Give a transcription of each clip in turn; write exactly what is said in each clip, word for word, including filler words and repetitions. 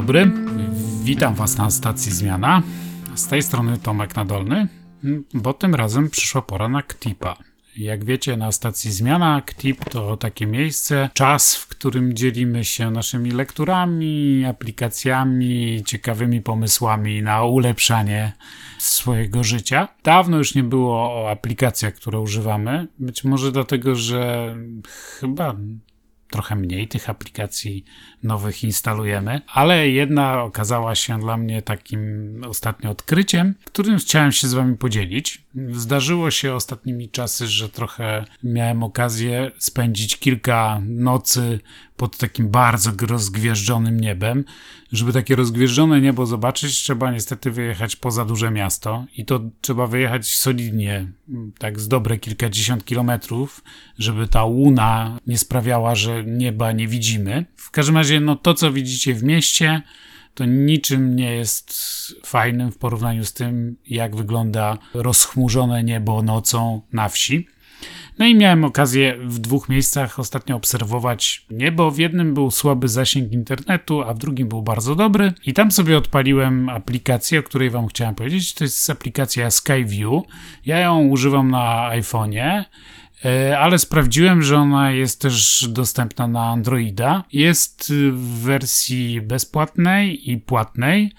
dobry, witam Was na stacji Zmiana. Z tej strony Tomek Nadolny, bo tym razem przyszła pora na Ktipa. Jak wiecie, na stacji Zmiana Ktip to takie miejsce, czas, w którym dzielimy się naszymi lekturami, aplikacjami, ciekawymi pomysłami na ulepszanie swojego życia. Dawno już nie było o aplikacjach, które używamy. Być może dlatego, że chyba trochę mniej tych aplikacji nowych instalujemy, ale jedna okazała się dla mnie takim ostatnio odkryciem, którym chciałem się z wami podzielić. Zdarzyło się ostatnimi czasy, że trochę miałem okazję spędzić kilka nocy pod takim bardzo rozgwieżdżonym niebem. Żeby takie rozgwieżdżone niebo zobaczyć, trzeba niestety wyjechać poza duże miasto i to trzeba wyjechać solidnie, tak z dobre kilkadziesiąt kilometrów, żeby ta łuna nie sprawiała, że nieba nie widzimy. W każdym razie, no to co widzicie w mieście, to niczym nie jest fajnym w porównaniu z tym, jak wygląda rozchmurzone niebo nocą na wsi. No i miałem okazję w dwóch miejscach ostatnio obserwować niebo. W jednym był słaby zasięg internetu, a w drugim był bardzo dobry. I tam sobie odpaliłem aplikację, o której wam chciałem powiedzieć. To jest aplikacja Skyview. Ja ją używam na iPhone'ie, ale sprawdziłem, że ona jest też dostępna na Androida. Jest w wersji bezpłatnej i płatnej.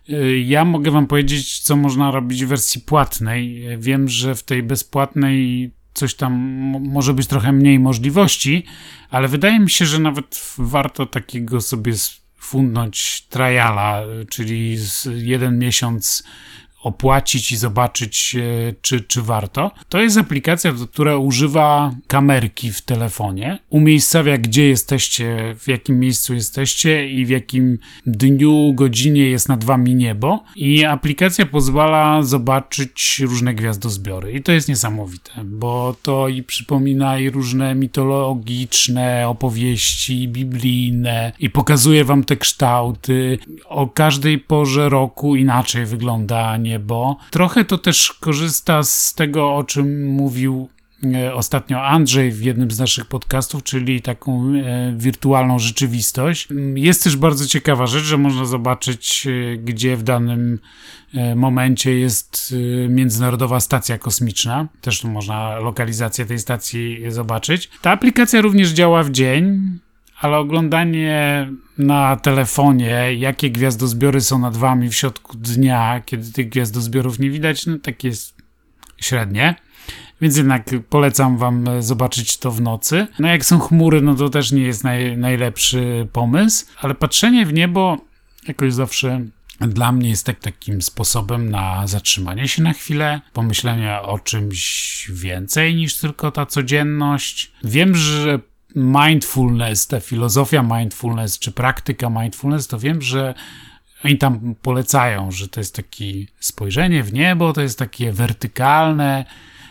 Ja mogę wam powiedzieć, co można robić w wersji płatnej. Wiem, że w tej bezpłatnej coś tam może być trochę mniej możliwości, ale wydaje mi się, że nawet warto takiego sobie fundnąć triala, czyli jeden miesiąc opłacić i zobaczyć, czy, czy warto. To jest aplikacja, która używa kamerki w telefonie. Umiejscawia, gdzie jesteście, w jakim miejscu jesteście i w jakim dniu, godzinie jest nad wami niebo. I aplikacja pozwala zobaczyć różne gwiazdozbiory. I to jest niesamowite, bo to i przypomina i różne mitologiczne opowieści biblijne i pokazuje wam te kształty. O każdej porze roku inaczej wygląda niebo. Bo trochę to też korzysta z tego, o czym mówił ostatnio Andrzej w jednym z naszych podcastów, czyli taką e, wirtualną rzeczywistość. Jest też bardzo ciekawa rzecz, że można zobaczyć, e, gdzie w danym e, momencie jest e, Międzynarodowa Stacja Kosmiczna. Też tu można lokalizację tej stacji zobaczyć. Ta aplikacja również działa w dzień, ale oglądanie na telefonie, jakie gwiazdozbiory są nad wami w środku dnia, kiedy tych gwiazdozbiorów nie widać, no tak jest średnie. Więc jednak polecam wam zobaczyć to w nocy. No jak są chmury, no to też nie jest naj, najlepszy pomysł, ale patrzenie w niebo jakoś zawsze dla mnie jest tak takim sposobem na zatrzymanie się na chwilę, pomyślenia o czymś więcej niż tylko ta codzienność. Wiem, że mindfulness, ta filozofia mindfulness, czy praktyka mindfulness, to wiem, że oni tam polecają, że to jest takie spojrzenie w niebo, to jest takie wertykalne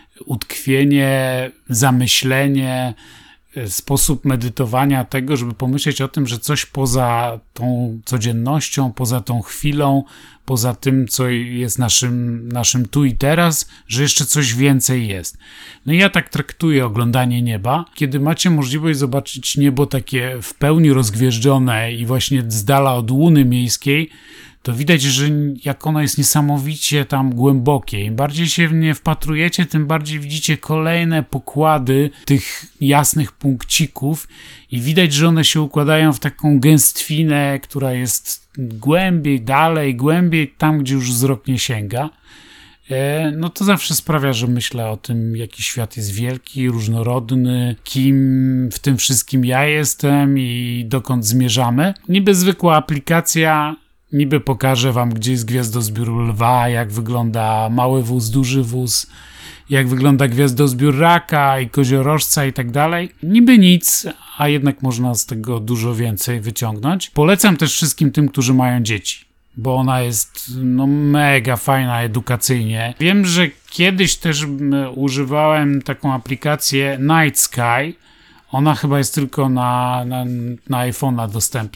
utkwienie, zamyślenie, sposób medytowania tego, żeby pomyśleć o tym, że coś poza tą codziennością, poza tą chwilą, poza tym, co jest naszym, naszym tu i teraz, że jeszcze coś więcej jest. No i ja tak traktuję oglądanie nieba. Kiedy macie możliwość zobaczyć niebo takie w pełni rozgwieżdżone i właśnie z dala od łuny miejskiej, to widać, że jak ono jest niesamowicie tam głębokie. Im bardziej się w nie wpatrujecie, tym bardziej widzicie kolejne pokłady tych jasnych punkcików i widać, że one się układają w taką gęstwinę, która jest głębiej, dalej, głębiej, tam, gdzie już wzrok nie sięga. No to zawsze sprawia, że myślę o tym, jaki świat jest wielki, różnorodny, kim w tym wszystkim ja jestem i dokąd zmierzamy. Niby zwykła aplikacja, niby pokażę wam, gdzie jest gwiazdozbiór lwa, jak wygląda mały wóz, duży wóz, jak wygląda gwiazdozbiór raka i koziorożca i tak dalej. Niby nic, a jednak można z tego dużo więcej wyciągnąć. Polecam też wszystkim tym, którzy mają dzieci, bo ona jest no mega fajna edukacyjnie. Wiem, że kiedyś też używałem taką aplikację Night Sky. Ona chyba jest tylko na, na, na iPhone'a dostępna.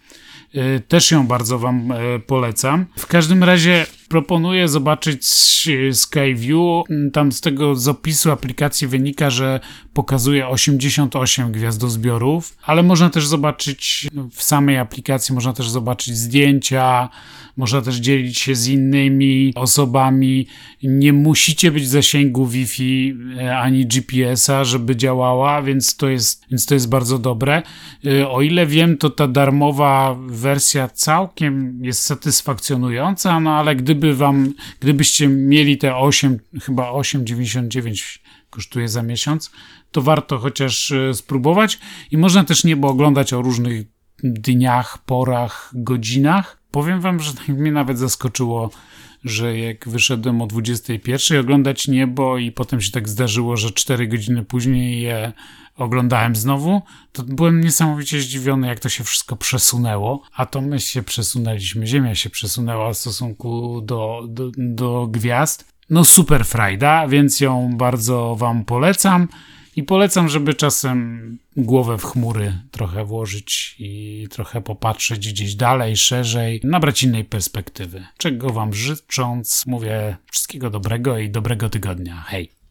Też ją bardzo wam polecam. W każdym razie proponuję zobaczyć Skyview. Tam z tego z opisu aplikacji wynika, że pokazuje osiemdziesiąt osiem gwiazdozbiorów, ale można też zobaczyć w samej aplikacji, można też zobaczyć zdjęcia, można też dzielić się z innymi osobami. Nie musicie być w zasięgu Wi-Fi ani G P S-a, żeby działała, więc to jest, więc to jest bardzo dobre. O ile wiem, to ta darmowa wersja całkiem jest satysfakcjonująca, no ale gdyby wam, gdybyście mieli te osiem, chyba osiem dziewięćdziesiąt dziewięć kosztuje za miesiąc, to warto chociaż spróbować i można też niebo oglądać o różnych dniach, porach, godzinach. Powiem wam, że mnie nawet zaskoczyło, że jak wyszedłem o dwudziestej pierwszej oglądać niebo i potem się tak zdarzyło, że cztery godziny później je oglądałem znowu, to byłem niesamowicie zdziwiony, jak to się wszystko przesunęło, a to my się przesunęliśmy, Ziemia się przesunęła w stosunku do, do, do gwiazd. No super frajda, więc ją bardzo wam polecam i polecam, żeby czasem głowę w chmury trochę włożyć i trochę popatrzeć gdzieś dalej, szerzej, nabrać innej perspektywy. Czego wam życząc, mówię wszystkiego dobrego i dobrego tygodnia. Hej!